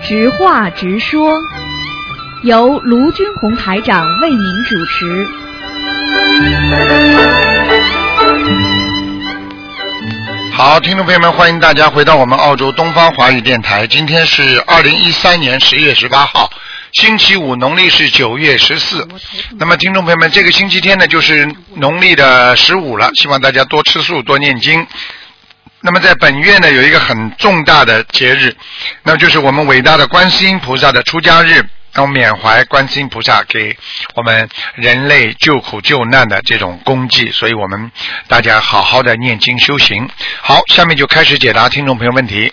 直话直说，由卢军红台长为您主持。 好，听众朋友们，欢迎大家回到我们澳洲东方华语电台。今天是2013年10月18号，星期五，农历是9月14。那么听众朋友们，这个星期天呢就是农历的15了，希望大家多吃素，多念经。那么在本月呢有一个很重大的节日，那就是我们伟大的观世音菩萨的出家日，要缅怀观世音菩萨给我们人类救苦救难的这种功绩，所以我们大家好好的念经修行。好，下面就开始解答听众朋友问题。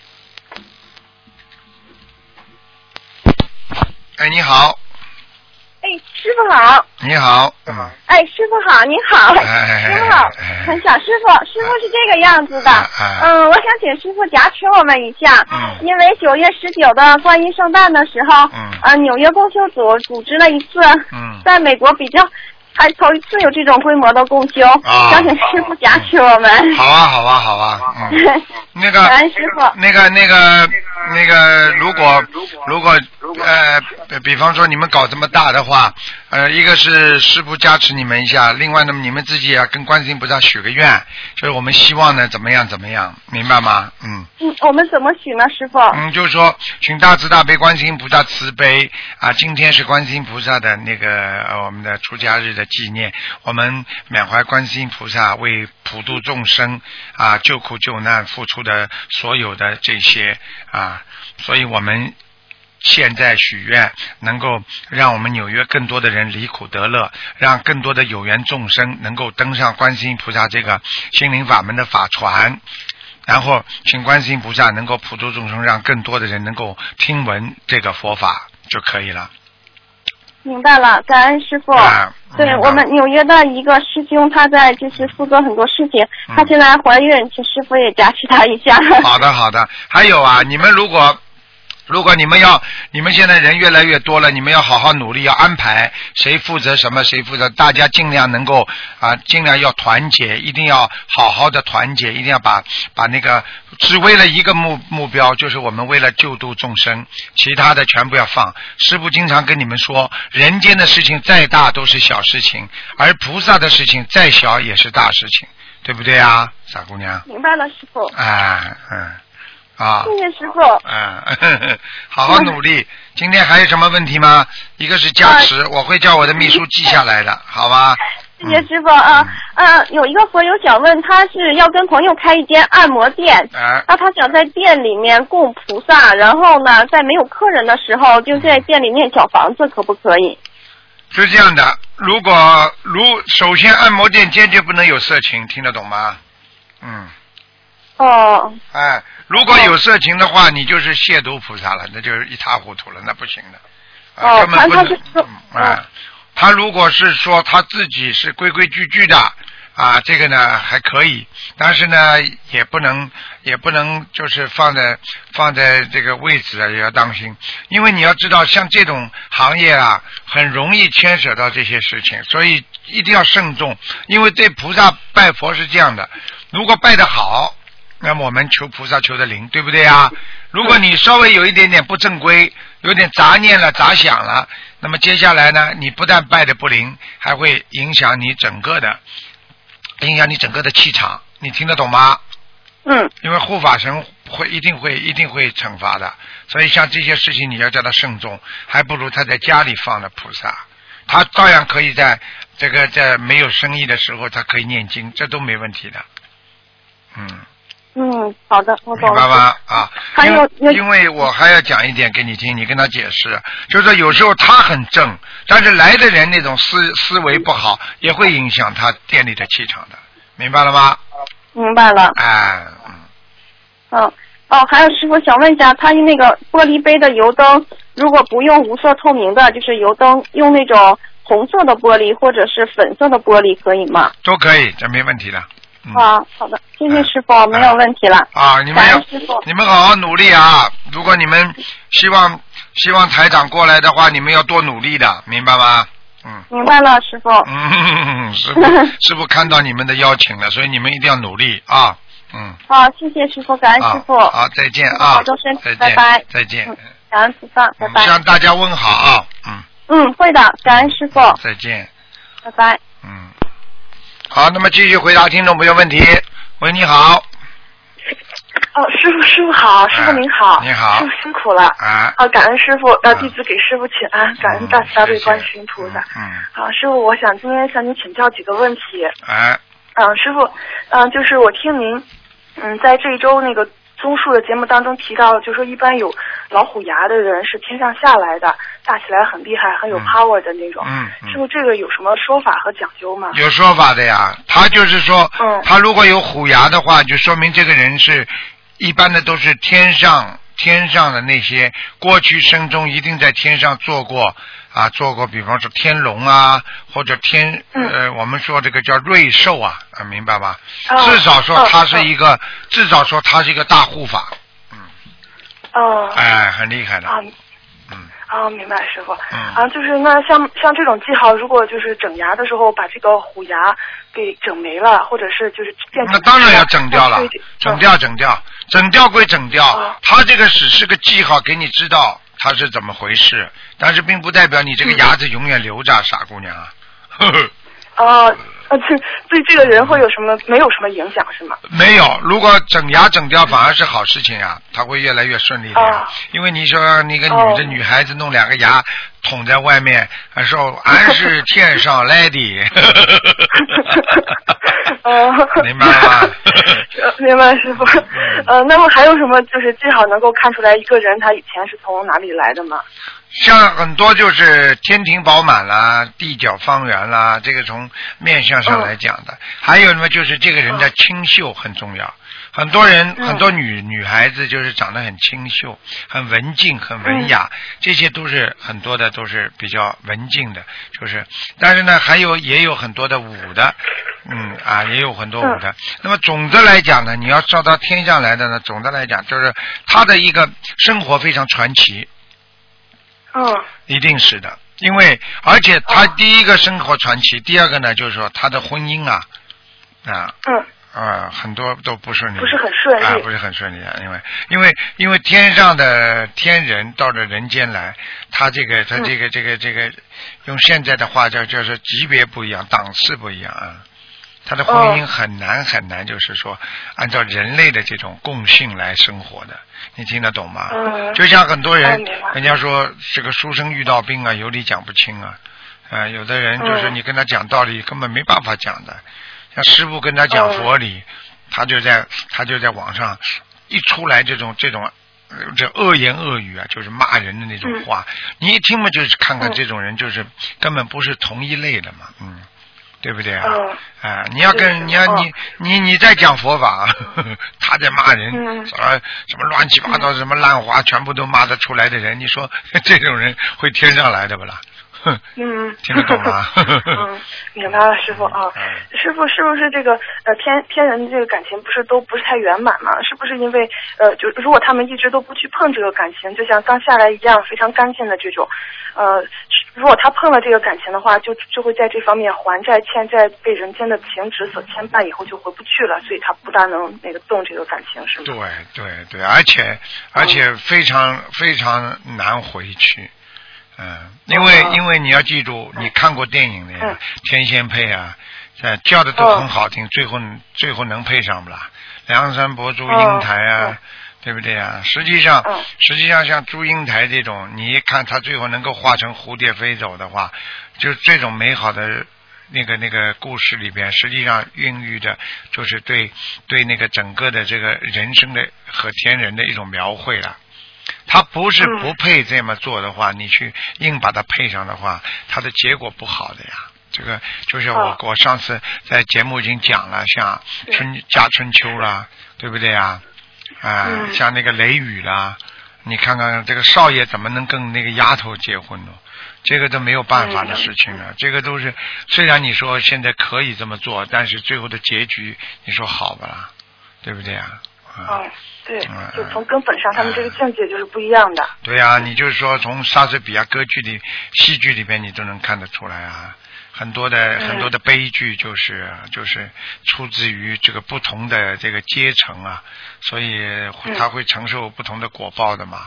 哎，你好。 哎，师傅好。 你好。 哎，师傅好，你好。师傅好，很想师傅是这个样子的。我想请师傅加持我们一下。因为9月19的观音圣诞的时候，纽约共修组组织了一次，在美国比较还头一次有这种规模的共修，想请师傅加持我们。 好啊。那个师傅，那个，如果比方说你们搞这么大的话，一个是师傅加持你们一下，另外呢，你们自己也要跟观世音菩萨许个愿，就是我们希望呢怎么样，明白吗？ 我们怎么许呢，师傅？ 就是说，请大慈大悲观世音菩萨慈悲啊！今天是观世音菩萨的那个我们的出家日的纪念，我们缅怀观世音菩萨为普度众生啊救苦救难付出的所有的这些啊，所以我们现在许愿能够让我们纽约更多的人离苦得乐，让更多的有缘众生能够登上观世音菩萨这个心灵法门的法船，然后请观世音菩萨能够普度众生，让更多的人能够听闻这个佛法就可以了。 明白了，感恩师傅。对，我们纽约的一个师兄，他在就是负责很多事情，他现在怀孕，请师傅也加持他一下。 好的。还有啊，你们如果你们现在人越来越多了，你们要好好努力，要安排谁负责什么，谁负责，大家尽量能够尽量要团结，一定要好好的团结，一定要把那个只为了一个目标，就是我们为了救度众生，其他的全部要放。师父经常跟你们说，人间的事情再大都是小事情，而菩萨的事情再小也是大事情，对不对啊，傻姑娘？ 明白了，师父。 谢谢师傅。 好好努力。今天还有什么问题吗？一个是加持，我会叫我的秘书记下来的，好吧？ 谢谢师傅有一个佛友想问，他是要跟朋友开一间按摩店，他想在店里面供菩萨，然后呢，在没有客人的时候，就在店里面小房子，可不可以？ 是这样的，首先按摩店坚决不能有色情，听得懂吗？如果有色情的话，你就是亵渎菩萨了，那就是一塌糊涂了，那不行的。根本不能。他如果是说他自己是规规矩矩的这个呢还可以，但是呢也不能就是放在这个位置也要当心，因为你要知道，像这种行业很容易牵扯到这些事情，所以一定要慎重。因为对菩萨拜佛是这样的，如果拜得好，那么我们求菩萨求得灵，对不对啊？如果你稍微有一点点不正规，有点杂念了杂想了，那么接下来呢，你不但拜得不灵，还会影响你整个的气场，你听得懂吗？因为护法神一定会惩罚的，所以像这些事情你要叫他慎重，还不如他在家里放了菩萨，他照样可以在没有生意的时候他可以念经，这都没问题的。 好的，我懂了。 明白吗？因为我还要讲一点给你听，你跟他解释，就是说有时候他很正，但是来的人那种思维不好，也会影响他店里的气场的，明白了吗？ 明白了。还有师傅想问一下，他那个玻璃杯的油灯，如果不用无色透明的，就是油灯，用那种红色的玻璃或者是粉色的玻璃可以吗？ 都可以，这没问题的。 好的，谢谢师傅，没有问题了。 你们好好努力啊！如果你们希望台长过来的话，你们要多努力的，明白吗？ 明白了，师傅。 师傅看到你们的邀请了，所以你们一定要努力啊！ 好，谢谢师傅，感恩师傅。 好，再见啊！ 保重身体，拜拜。 再见。 感感恩菩萨，拜拜。 向大家问好啊， 会的，感恩师傅。 再见。 拜拜。 好，那么继续回答听众朋友问题。喂，你好。 师傅好，师傅您好， 你好， 师傅辛苦了感恩师傅，弟子给师傅请安，感恩大慈大悲观世音菩萨。师傅，我想今天向您请教几个问题。师傅，就是我听您，在这一周那个综述的节目当中提到，就说一般有老虎牙的人是天上下来的，大起来很厉害，很有 power 的那种。师傅，这个有什么说法和讲究吗？ 有说法的呀，他就是说，他如果有虎牙的话，就说明这个人是一般的都是天上的那些过去生中一定在天上做过，比方说天龙啊，或者我们说这个叫瑞兽啊，明白吧？至少说他是一个，至少说他是一个大护法。很厉害的。 明白师傅。就是那像这种记号，如果就是整牙的时候把这个虎牙给整没了，或者是就是那当然要整掉了，整掉归整掉，它这个只是个记号，给你知道它是怎么回事，但是并不代表你这个牙子永远留着，傻姑娘啊。 对这个人会没有什么影响是吗？ 没有，如果整牙整掉反而是好事情啊，他会越来越顺利的呀。因为你说那个女孩子弄2个牙捅在外面，说俺是天上来的。明白吗？ 明白师傅。那么还有什么就是最好能够看出来一个人他以前是从哪里来的吗？ 像很多就是天庭饱满啦，地角方圆啦，这个从面相上来讲的。还有呢，就是这个人的清秀很重要。很多人，很多女孩子就是长得很清秀，很文静，很文雅，这些都是很多的都是比较文静的，就是。但是呢，也有很多的武的，也有很多武的。那么总的来讲呢，你要照到天上来的呢，总的来讲就是他的一个生活非常传奇。一定是的，因为而且他第一个生活传奇，第二个呢就是说他的婚姻很多都不顺利， 不是很顺利， 不是很顺利啊，因为天上的天人到了人间来，他这个用现在的话就是级别不一样，档次不一样啊。他的婚姻很难，就是说按照人类的这种共性来生活的，你听得懂吗？就像很多人，人家说这个书生遇到兵啊，有理讲不清啊，有的人就是你跟他讲道理根本没办法讲的，像师父跟他讲佛理，他就在网上一出来这恶言恶语啊，就是骂人的那种话，你一听嘛就是看看这种人就是根本不是同一类的嘛，对不对啊？你要跟你在讲佛法，他在骂人，什么乱七八糟什么烂话，全部都骂得出来的人，你说这种人会天上来的不啦？听得懂吗？ 明白了，师傅啊。师傅是不是这个天人的这个感情都不是太圆满嘛？是不是因为就如果他们一直都不去碰这个感情，就像刚下来一样非常干净的这种，如果他碰了这个感情的话，就会在这方面还债欠债，被人间的情执所牵绊，以后就回不去了，所以他不大能动这个感情，是吗？ 对，而且非常非常难回去。因为你要记住，你看过电影的呀，天仙配啊，叫的都很好听，最后能配上不啦？梁山伯祝英台啊，对不对啊？实际上像祝英台这种，你一看他最后能够化成蝴蝶飞走的话，就这种美好的那个故事里边，实际上孕育着就是对那个整个的这个人生的和天人的一种描绘了。他不是不配这么做的话，你去硬把它配上的话，它的结果不好的呀。这个就是我上次在节目已经讲了，像家春秋啦，对不对呀？像那个雷雨啦，你看看这个少爷怎么能跟那个丫头结婚呢？这个都没有办法的事情了。这个都是虽然你说现在可以这么做，但是最后的结局你说好吧啦，对不对呀？ 对，就从根本上他们这个境界就是不一样的。 对啊，你就是说从莎士比亚歌剧里戏剧里边你都能看得出来啊，很多的悲剧就是出自于这个不同的这个阶层啊，所以他会承受不同的果报的嘛。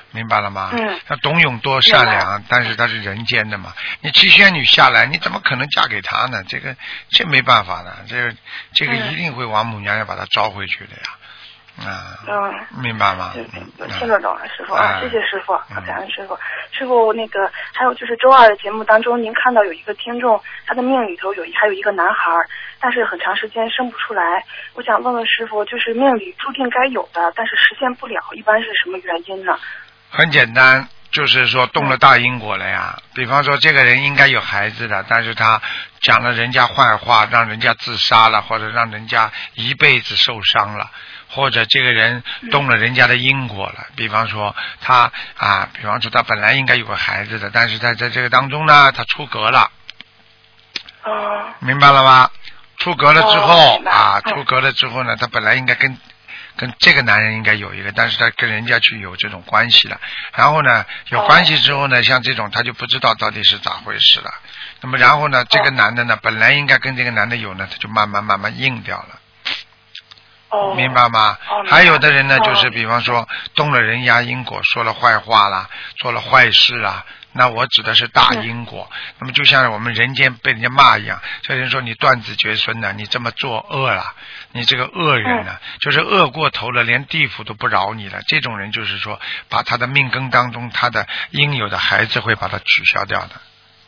明白了吗？他董永多善良，但是他是人间的嘛。你七仙女下来，你怎么可能嫁给他呢？这没办法的，这个一定会王母娘娘把他招回去的呀。明白吗？ 听得懂了，师傅啊，谢谢师傅，感恩师傅。师傅，那个还有就是周二的节目当中，您看到有一个听众，他的命里头还有一个男孩，但是很长时间生不出来。我想问问师傅，就是命里注定该有的，但是实现不了，一般是什么原因呢？ 很简单，就是说动了大因果了呀。比方说这个人应该有孩子的，但是他讲了人家坏话，让人家自杀了，或者让人家一辈子受伤了，或者这个人动了人家的因果了。比方说他本来应该有个孩子的，但是在这个当中呢，他出格了。明白了吗？出格了之后出格了之后呢，他本来应该跟这个男人应该有一个，但是他跟人家去有这种关系了，然后呢有关系之后呢，像这种他就不知道到底是咋回事了。那么然后呢，这个男的呢本来应该跟这个男的有呢，他就慢慢硬掉了。明白吗？还有的人呢，就是比方说动了人家因果，说了坏话啦，做了坏事啦，那我指的是大因果。那么就像我们人间被人家骂一样，这人说你断子绝孙呢，你这么作恶了，你这个恶人呢，就是恶过头了，连地府都不饶你了。这种人就是说，把他的命根当中他的应有的孩子会把他取消掉的。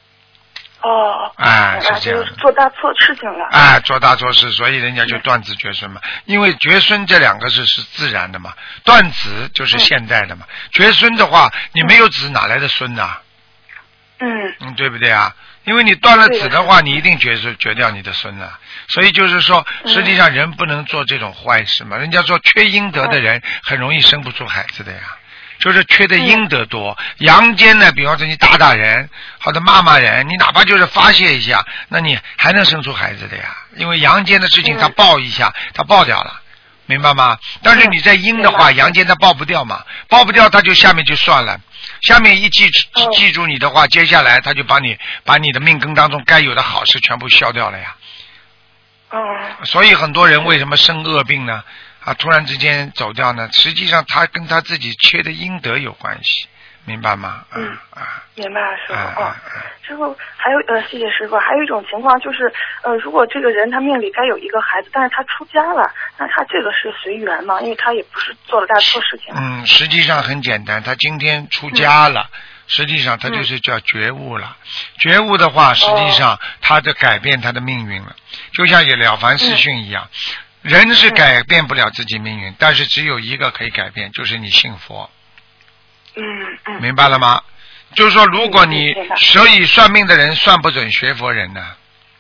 是这样的， 做大错事情了。 做大错事，所以人家就断子绝孙嘛。因为绝孙这两个字是自然的嘛，断子就是现代的嘛。绝孙的话，你没有子哪来的孙呐？对不对啊？因为你断了子的话，你一定绝掉你的孙了。所以就是说，实际上人不能做这种坏事嘛。人家说缺阴德的人很容易生不出孩子的呀。就是缺的阴德多，阳间呢，比方说你打人或者骂人，你哪怕就是发泄一下，那你还能生出孩子的呀。因为阳间的事情他报一下，他报掉了，明白吗？但是你在阴的话，阳间他报不掉嘛，报不掉他就下面就算了，下面一记住你的话，接下来他就把你的命根当中该有的好事全部消掉了呀。所以很多人为什么生恶病呢？突然之间走掉呢，实际上他跟他自己缺的阴德有关系，明白吗？ 明白了，师傅。师傅还有谢谢师傅。还有一种情况就是，如果这个人他命里该有一个孩子，但是他出家了，那他这个是随缘吗？因为他也不是做了大错事情。 实际上很简单，他今天出家了。实际上他就是叫觉悟了。觉悟的话，实际上他就改变他的命运了，就像也了凡四训一样。人是改变不了自己命运，但是只有一个可以改变，就是你信佛。明白了吗？就是说，如果你所以算命的人算不准学佛人呢。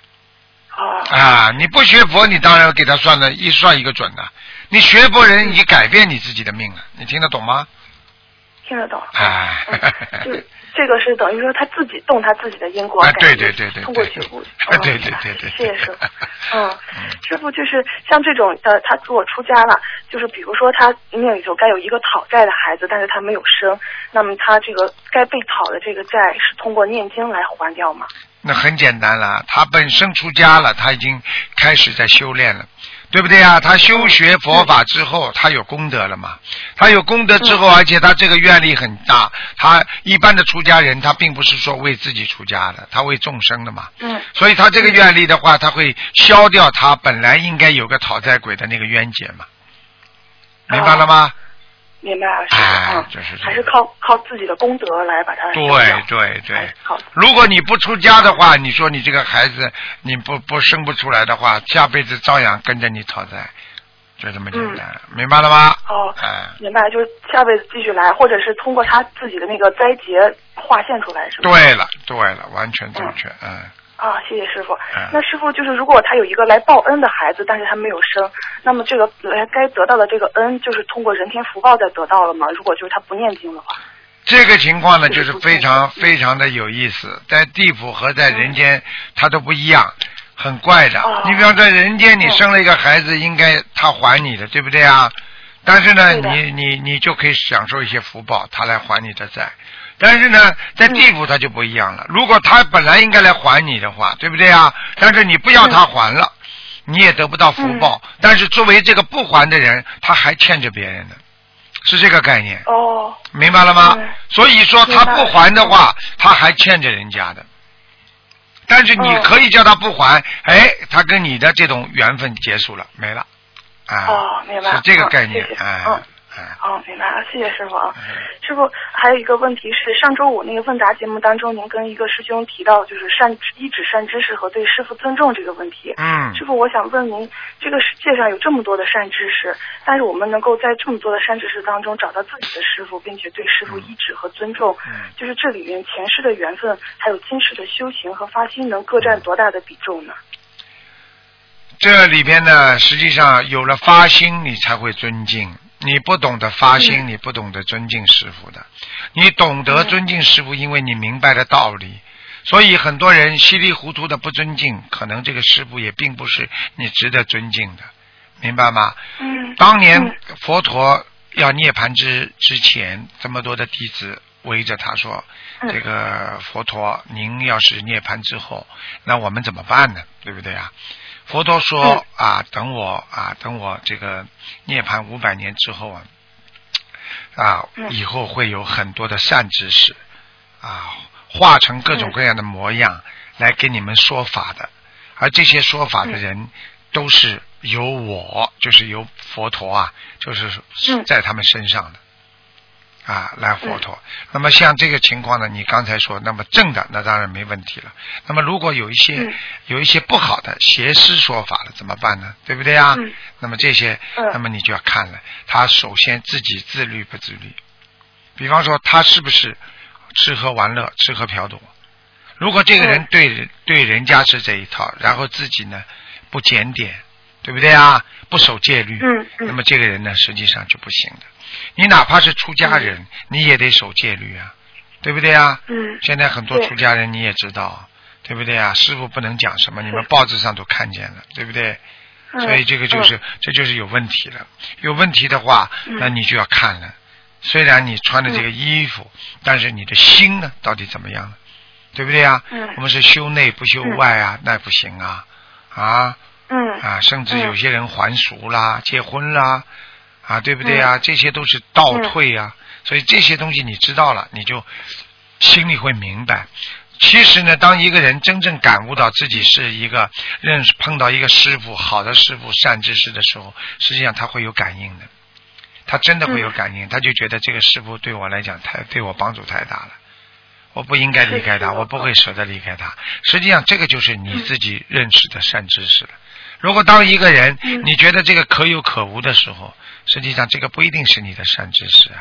你不学佛，你当然给他算的一算一个准的。你学佛人，你改变你自己的命了，你听得懂吗？ 听得懂。就这个是等于说他自己动他自己的因果， 对， 通过觉悟。 对， 谢谢师傅。师傅就是像这种他如果出家了，就是比如说他命里头该有一个讨债的孩子，但是他没有生，那么他这个该被讨的这个债是通过念经来还掉吗？ 那很简单了，他本身出家了，他已经开始在修炼了。对不对啊？他修学佛法之后，他有功德了嘛？他有功德之后，而且他这个愿力很大。他一般的出家人，他并不是说为自己出家的，他为众生的嘛。所以他这个愿力的话，他会消掉他本来应该有个讨债鬼的那个冤结嘛。明白了吗？ 明白了，是还是靠自己的功德来把它。 对。如果你不出家的话，你说你这个孩子你不生不出来的话，下辈子照样跟着你讨债，就这么简单，明白了吗？ 明白，就是下辈子继续来，或者是通过他自己的那个灾劫划线出来，是吧？ 对了，完全正确， 谢谢师傅。那师傅就是，如果他有一个来报恩的孩子，但是他没有生，那么这个该得到的这个恩，就是通过人天福报再得到了吗？如果就是他不念经的话， 这个情况呢，就是非常非常的有意思，在地府和在人间，它都不一样，很怪的。你比方在人间，你生了一个孩子，应该他还你的，对不对啊？但是呢，你就可以享受一些福报，他来还你的债。但是呢，在地府他就不一样了。如果他本来应该来还你的话，对不对啊？但是你不要他还了，你也得不到福报。但是作为这个不还的人，他还欠着别人的， 是这个概念。 哦， 明白了吗？所以说他不还的话，他还欠着人家的。但是你可以叫他不还，他跟你的这种缘分结束了，没了。 明白。 是这个概念。 谢谢明白了，谢谢师傅啊。师傅，还有一个问题是，上周五那个问答节目当中，您跟一个师兄提到就是一指善知识和对师傅尊重这个问题。师傅，我想问您，这个世界上有这么多的善知识，但是我们能够在这么多的善知识当中找到自己的师傅，并且对师傅依止和尊重，就是这里面前世的缘分，还有今世的修行和发心，能各占多大的比重呢？ 这里边呢，实际上有了发心，你才会尊敬。你不懂得发心，你不懂得尊敬师父的。你懂得尊敬师父，因为你明白了道理。所以很多人稀里糊涂的不尊敬，可能这个师父也并不是你值得尊敬的，明白吗？当年佛陀要涅槃之前，这么多的弟子围着他说，这个佛陀您要是涅槃之后，那我们怎么办呢？对不对啊？佛陀说等我这个涅槃500年之后以后会有很多的善知识化成各种各样的模样来给你们说法的，而这些说法的人都是由我，就是由佛陀就是在他们身上的来佛陀。那么像这个情况呢，你刚才说那么正的，那当然没问题了。那么如果有一些不好的邪师说法了，怎么办呢？对不对啊？那么这些那么你就要看了，他首先自己自律不自律。比方说他是不是吃喝玩乐、吃喝嫖赌？如果这个人对人家是这一套，然后自己呢不检点，对不对啊？不守戒律，那么这个人呢实际上就不行的。你哪怕是出家人，你也得守戒律对不对啊？现在很多出家人你也知道，对不对啊？师父不能讲什么，你们报纸上都看见了，对不对？所以这就是有问题了。有问题的话，那你就要看了。虽然你穿的这个衣服，但是你的心呢，到底怎么样呢？对不对啊？我们是修内不修外那不行甚至有些人还俗啦、结婚啦。对不对啊？这些都是倒退所以这些东西你知道了，你就心里会明白。其实呢，当一个人真正感悟到自己是一个碰到一个师父，好的师父、善知识的时候，实际上他会有感应的，他真的会有感应，他就觉得这个师父对我来讲对我帮助太大了，我不应该离开他，我不会舍得离开他。实际上这个就是你自己认识的善知识了。如果当一个人你觉得这个可有可无的时候，实际上这个不一定是你的善知识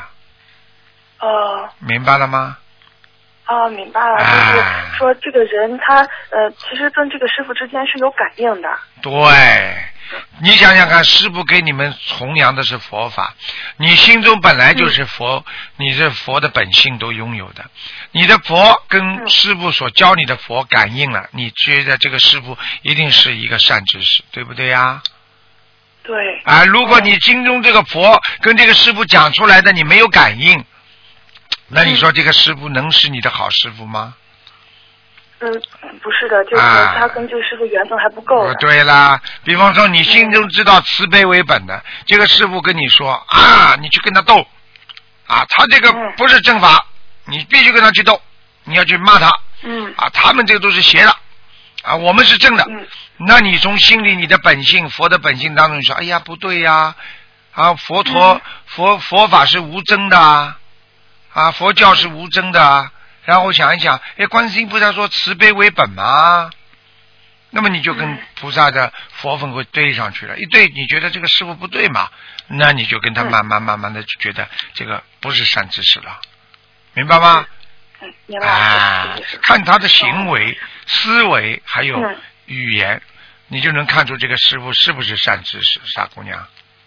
明白了吗？ 明白了，就是说这个人他其实跟这个师父之间是有感应的。对， 你想想看，师父给你们弘扬的是佛法，你心中本来就是佛，你是佛的本性都拥有的，你的佛跟师父所教你的佛感应了，你觉得这个师父一定是一个善知识，对不对呀？ 对。 如果你心中这个佛跟这个师父讲出来的你没有感应，那你说这个师父能是你的好师父吗？ 不是的，就是他跟这个师父缘分还不够。 对啦，比方说你心中知道慈悲为本的，这个师父跟你说你去跟他斗他这个不是正法，你必须跟他去斗，你要去骂他他们这个都是邪的我们是正的那你从心里你的本性佛的本性当中说，哎呀不对呀佛陀佛法是无争的佛教是无争的然后想一想，观世音菩萨说慈悲为本嘛，那么你就跟菩萨的佛分会对上去了，一对你觉得这个师父不对嘛，那你就跟他慢慢的就觉得这个不是善知识了，明白吗？ 明白看他的行为思维还有语言，你就能看出这个师父是不是善知识，傻姑娘。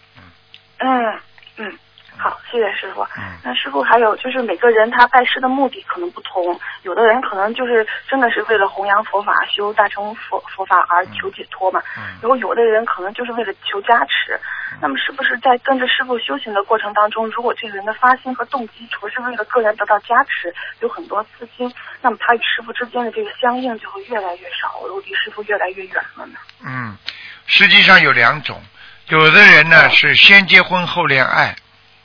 好，谢谢师傅。那师傅还有就是每个人他拜师的目的可能不同，有的人可能就是真的是为了弘扬佛法、修大乘佛法而求解脱嘛。然后有的人可能就是为了求加持。那么是不是在跟着师傅修行的过程当中，如果这个人的发心和动机除是为了个人得到加持，有很多私心，那么他与师傅之间的这个相应就会越来越少，离师傅越来越远了呢？实际上有两种，有的人呢是先结婚后恋爱。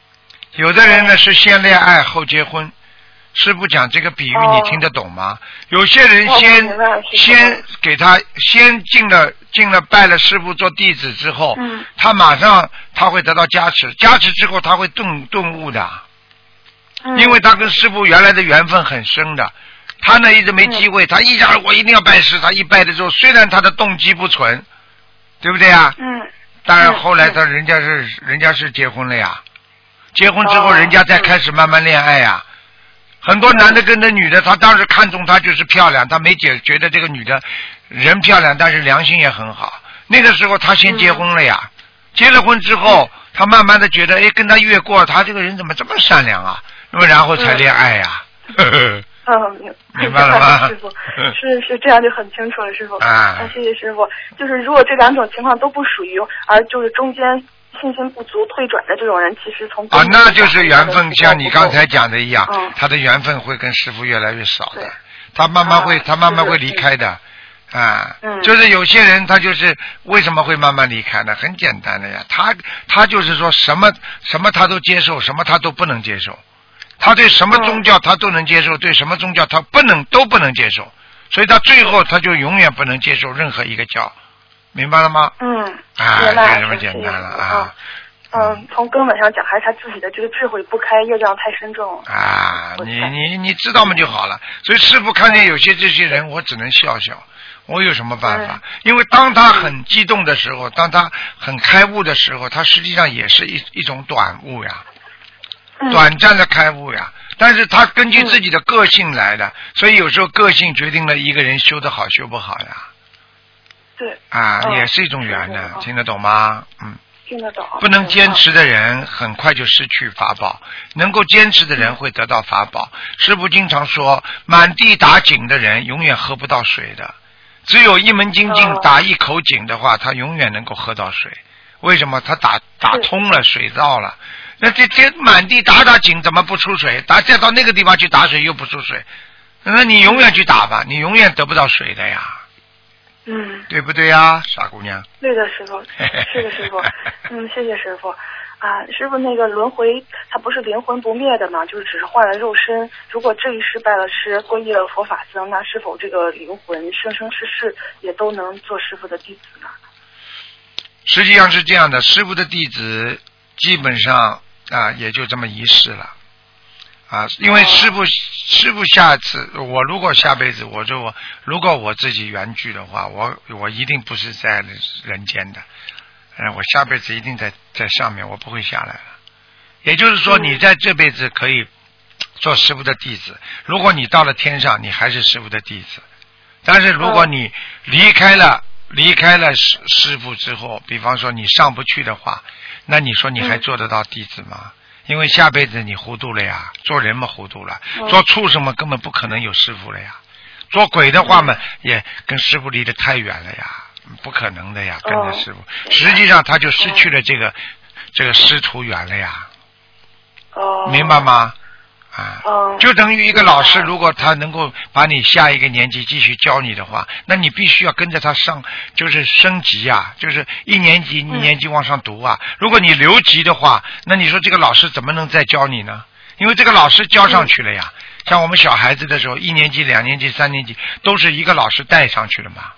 有的人呢是先恋爱后结婚。师父讲这个比喻你听得懂吗？有些人先给他先进了拜了师父做弟子之后，他马上他会得到加持之后他会顿悟的，因为他跟师父原来的缘分很深的，他呢一直没机会，他一想我一定要拜师，他一拜的时候虽然他的动机不纯，对不对呀？当然后来人家是结婚了呀，结婚之后人家再开始慢慢恋爱呀。很多男的跟着女的，他当时看中她就是漂亮，他没觉得这个女的人漂亮，但是良心也很好。那个时候他先结婚了呀，结了婚之后，他慢慢的觉得，跟他越过，他这个人怎么这么善良啊？那么然后才恋爱呀。 明白了吗？师傅，是这样就很清楚了，师傅。谢谢师傅。就是如果这两种情况都不属于，而就是中间信心不足退转的这种人，其实从那就是缘分，像你刚才讲的一样，他的缘分会跟师父越来越少的，他慢慢会离开的。就是有些人他就是为什么会慢慢离开呢？很简单的呀，他就是说什么他都接受，什么他都不能接受，他对什么宗教他都能接受，对什么宗教他都不能接受，所以他最后他就永远不能接受任何一个教。明白了吗？ 明白， 这么简单了啊。 从根本上讲，还是他自己的这个智慧不开，业障太深重你知道吗就好了。所以师父看见有些这些人，我只能笑笑，我有什么办法？因为当他很激动的时候，当他很开悟的时候，他实际上也是一种短悟呀，短暂的开悟呀。但是他根据自己的个性来的，所以有时候个性决定了一个人修得好修不好呀。 对也是一种缘的，听得懂吗？ 听得懂。 不能坚持的人很快就失去法宝，能够坚持的人会得到法宝。师父经常说，满地打井的人永远喝不到水的，只有一门精进打一口井的话，他永远能够喝到水。为什么？他打通了水道了。那这满地打井怎么不出水？再到那个地方去打水又不出水，那你永远去打吧，你永远得不到水的呀。对不对呀，傻姑娘？ 对的，师傅，是的，师傅。谢谢师傅。师傅，那个轮回它不是灵魂不灭的吗？就是只是换了肉身。如果这一世拜了师，皈依了佛法僧，那是否这个灵魂生生世世也都能做师傅的弟子呢？ 实际上是这样的，师傅的弟子基本上也就这么一世了。因为师父下次我如果下辈子如果我自己缘聚的话，我一定不是在人间的，我下辈子一定在上面，我不会下来了。也就是说，你在这辈子可以做师父的弟子，如果你到了天上，你还是师父的弟子。但是如果你离开了师父之后，比方说你上不去的话，那你说你还做得到弟子吗？因为下辈子你糊涂了呀，做人嘛糊涂了，做畜生嘛根本不可能有师父了呀，做鬼的话嘛也跟师父离得太远了呀，不可能的呀，跟着师父，实际上他就失去了这个师徒缘了呀，明白吗？就等于一个老师，如果他能够把你下一个年级继续教你的话，那你必须要跟着他上，就是升级啊，就是一年级往上读啊。如果你留级的话，那你说这个老师怎么能再教你呢？因为这个老师教上去了呀。像我们小孩子的时候，1年级、2年级、3年级都是一个老师带上去了嘛。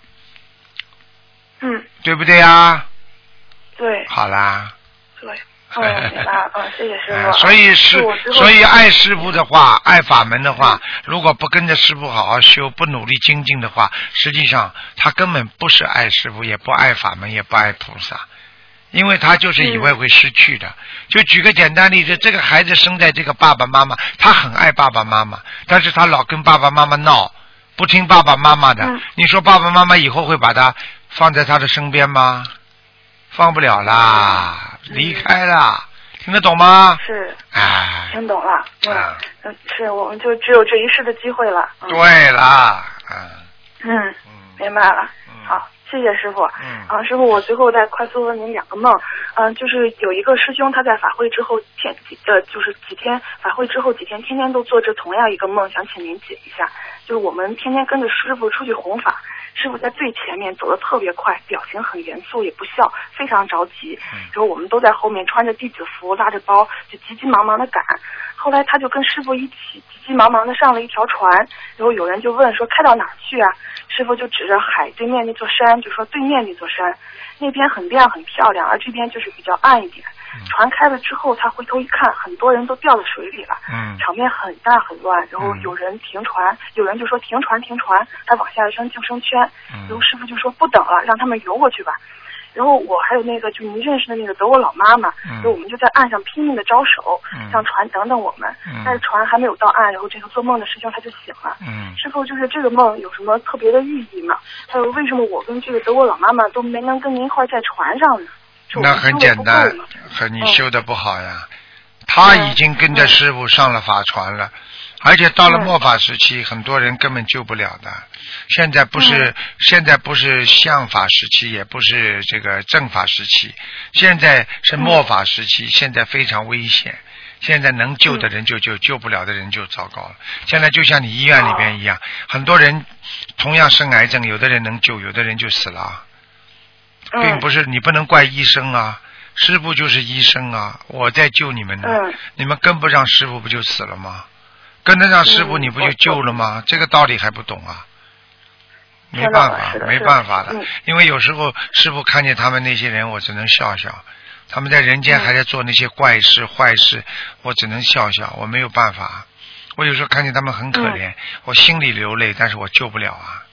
对不对呀？ 对。 好啦。 对。明白。谢谢师傅。 所以爱师父的话，爱法门的话，如果不跟着师父好好修，不努力精进的话，实际上他根本不是爱师父，也不爱法门，也不爱菩萨，因为他就是以为会失去的。就举个简单例子，这个孩子生在这个爸爸妈妈，他很爱爸爸妈妈，但是他老跟爸爸妈妈闹，不听爸爸妈妈的，你说爸爸妈妈以后会把他放在他的身边吗？放不了啦，离开了，听得懂吗？ 是，听懂了。是，我们就只有这一世的机会了。 对啦， 明白了。好，谢谢师傅。师傅，我最后再快速问您2个梦。就是有一个师兄，他在法会之后就是几天法会之后几天，天天都做着同样一个梦，想请您解一下。 就是我们天天跟着师傅出去弘法，师傅在最前面走得特别快，表情很严肃，也不笑，非常着急。然后我们都在后面穿着弟子服，拉着包，就急急忙忙的赶。后来他就跟师傅一起急急忙忙的上了一条船，然后有人就问说开到哪儿去啊？师傅就指着海对面那座山，就说对面那座山，那边很亮很漂亮，而这边就是比较暗一点。船开了之后，他回头一看，很多人都掉到水里了，场面很大很乱。然后有人停船，有人就说停船停船，还往下扔救生圈。然后师傅就说不等了，让他们游过去吧。然后我还有那个就您认识的那个德国老妈妈，然后我们就在岸上拼命的招手，让船等等我们。但是船还没有到岸，然后这个做梦的师兄他就醒了。师傅就是这个梦有什么特别的寓意吗？还有为什么我跟这个德国老妈妈都没能跟您一块在船上呢？ 那很简单，和你修的不好呀。他已经跟着师傅上了法船了，而且到了末法时期，很多人根本救不了的。现在不是相法时期，也不是这个正法时期，现在是末法时期，现在非常危险。现在能救的人就救，救不了的人就糟糕了。现在就像你医院里边一样，很多人同样生癌症，有的人能救，有的人就死了。并不是你不能怪医生啊，师父就是医生啊，我在救你们呢，你们跟不上师父不就死了吗？跟得上师父你不就救了吗？这个道理还不懂啊？没办法的，因为有时候师父看见他们那些人，我只能笑笑，他们在人间还在做那些怪事坏事，我只能笑笑，我没有办法。我有时候看见他们很可怜，我心里流泪，但是我救不了啊。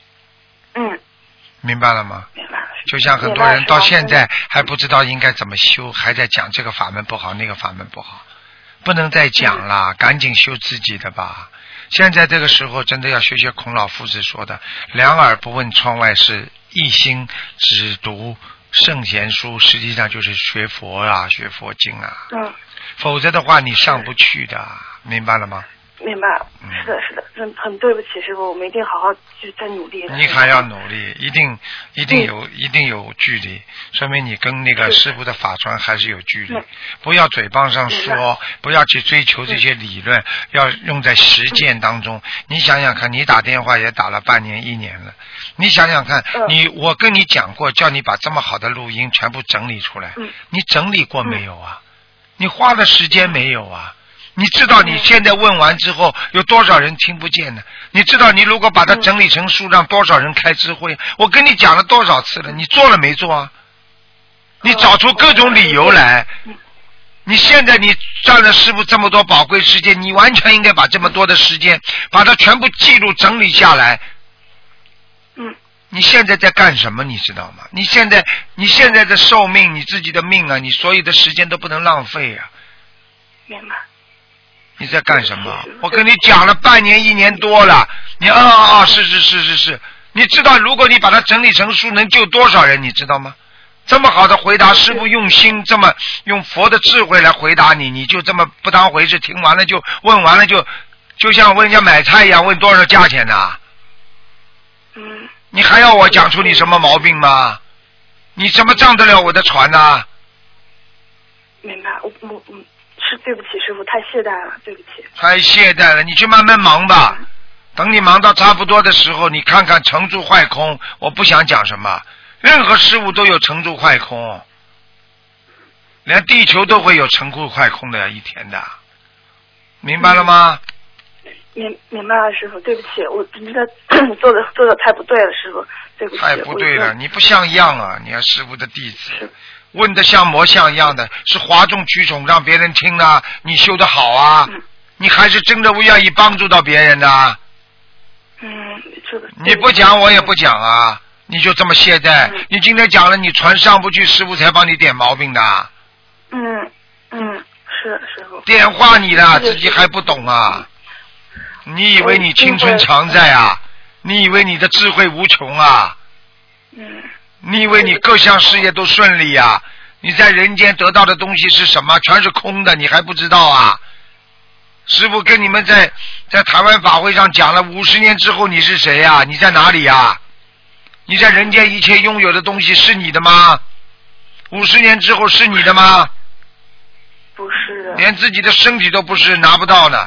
明白了吗？ 明白了。 就像很多人到现在还不知道应该怎么修，还在讲这个法门不好，那个法门不好，不能再讲了，赶紧修自己的吧。现在这个时候真的要学学孔老夫子说的，两耳不问窗外事，一心只读圣贤书，实际上就是学佛啊，学佛经啊。否则的话你上不去的，明白了吗？ 明白了，是的，是的，很对不起师傅，我们一定好好去再努力。 你还要努力，一定有距离，说明你跟那个师傅的法传还是有距离。不要嘴巴上说，不要去追求这些理论，要用在实践当中。你想想看，你打电话也打了半年1年了，你想想看，我跟你讲过，叫你把这么好的录音全部整理出来，你整理过没有啊？你花了时间没有啊？你知道你现在问完之后有多少人听不见呢？你知道你如果把它整理成书，让多少人开智慧？我跟你讲了多少次了，你做了没做啊？你找出各种理由来。你现在你占了师父这么多宝贵时间，你完全应该把这么多的时间把它全部记录整理下来。你现在在干什么你知道吗？你现在的寿命，你自己的命啊，你所有的时间都不能浪费啊。 明白。 你在干什么？我跟你讲了半年1年多了，你是，你知道如果你把它整理成书能救多少人你知道吗？这么好的回答，师父用心这么用佛的智慧来回答你，你就这么不当回事，听完了就问完了就像问人家买菜一样，问多少价钱呢？你还要我讲出你什么毛病吗？你怎么上得了我的船呢？ 明白，我是对不起师父，太懈怠了，对不起。 太懈怠了，你去慢慢忙吧。等你忙到差不多的时候，你看看成住坏空，我不想讲什么，任何事物都有成住坏空，连地球都会有成住坏空的一天的，明白了吗？ 明白了，师父，对不起，我真的做的太不对了，师父，对不起。太不对了，你不像样啊！你要师父的弟子，问的像模像样的，是哗众取宠让别人听啊，你修得好啊，你还是真的愿意帮助到别人的。你不讲我也不讲啊，你就这么懈怠。你今天讲了，你船上不去，师父才帮你点毛病的。 是师父。 点化你了，自己还不懂啊？你以为你青春常在啊？你以为你的智慧无穷啊？你以为你各项事业都顺利啊？你在人间得到的东西是什么？全是空的，你还不知道啊？师父跟你们在台湾法会上讲了，50年之后你是谁啊？你在哪里啊？你在人间一切拥有的东西是你的吗？50年之后是你的吗？ 不是的。 连自己的身体都不是，拿不到呢。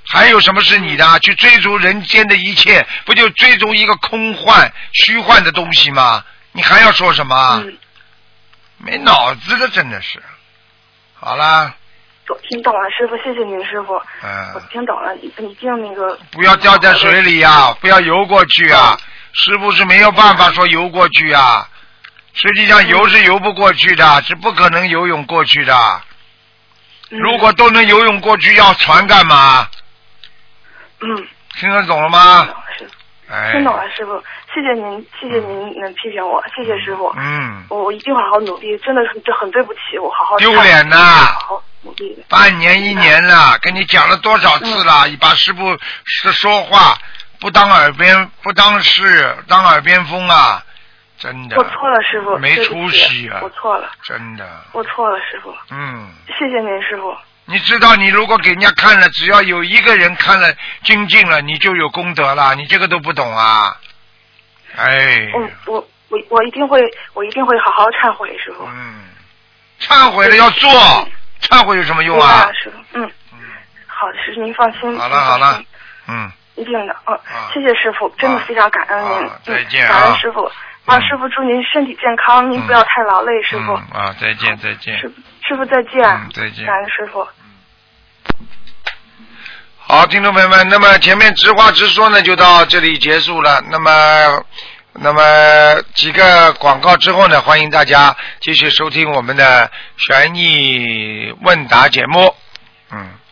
还有什么是你的？去追逐人间的一切，不就追逐一个空幻、虚幻的东西吗？你还要说什么？没脑子的，真的是。好啦。 我听懂了，师傅，谢谢您，师傅。我听懂了，已经那个。不要掉在水里呀，不要游过去啊！师傅是没有办法说游过去啊，实际上游是游不过去的，是不可能游泳过去的。如果都能游泳过去，要船干嘛？听得懂了吗？ 听懂了，师傅，谢谢您能批评我，谢谢师傅。我一定好好努力，真的是很对不起，我好好丢脸呐！ 好好努力。 半年1年了，跟你讲了多少次了？你把师傅说话不当耳边风啊！真的。 我错了，师傅。 没出息啊！ 我错了。 真的。 我错了，师傅。谢谢您，师傅。你知道，你如果给人家看了，只要有一个人看了精进了，你就有功德了。你这个都不懂啊！哎。 我一定会好好忏悔，师傅。 忏悔了要做，忏悔有什么用啊？ 师傅，好的，师傅您放心。 好了， 一定的，谢谢师傅，真的非常感恩您。 再见感恩师傅。师傅祝您身体健康，您不要太劳累，师傅。 再见。 师傅再见。 再见。 感恩师傅。 好，听众朋友们，那么前面直话直说呢，就到这里结束了。那么几个广告之后呢，欢迎大家继续收听我们的悬疑问答节目。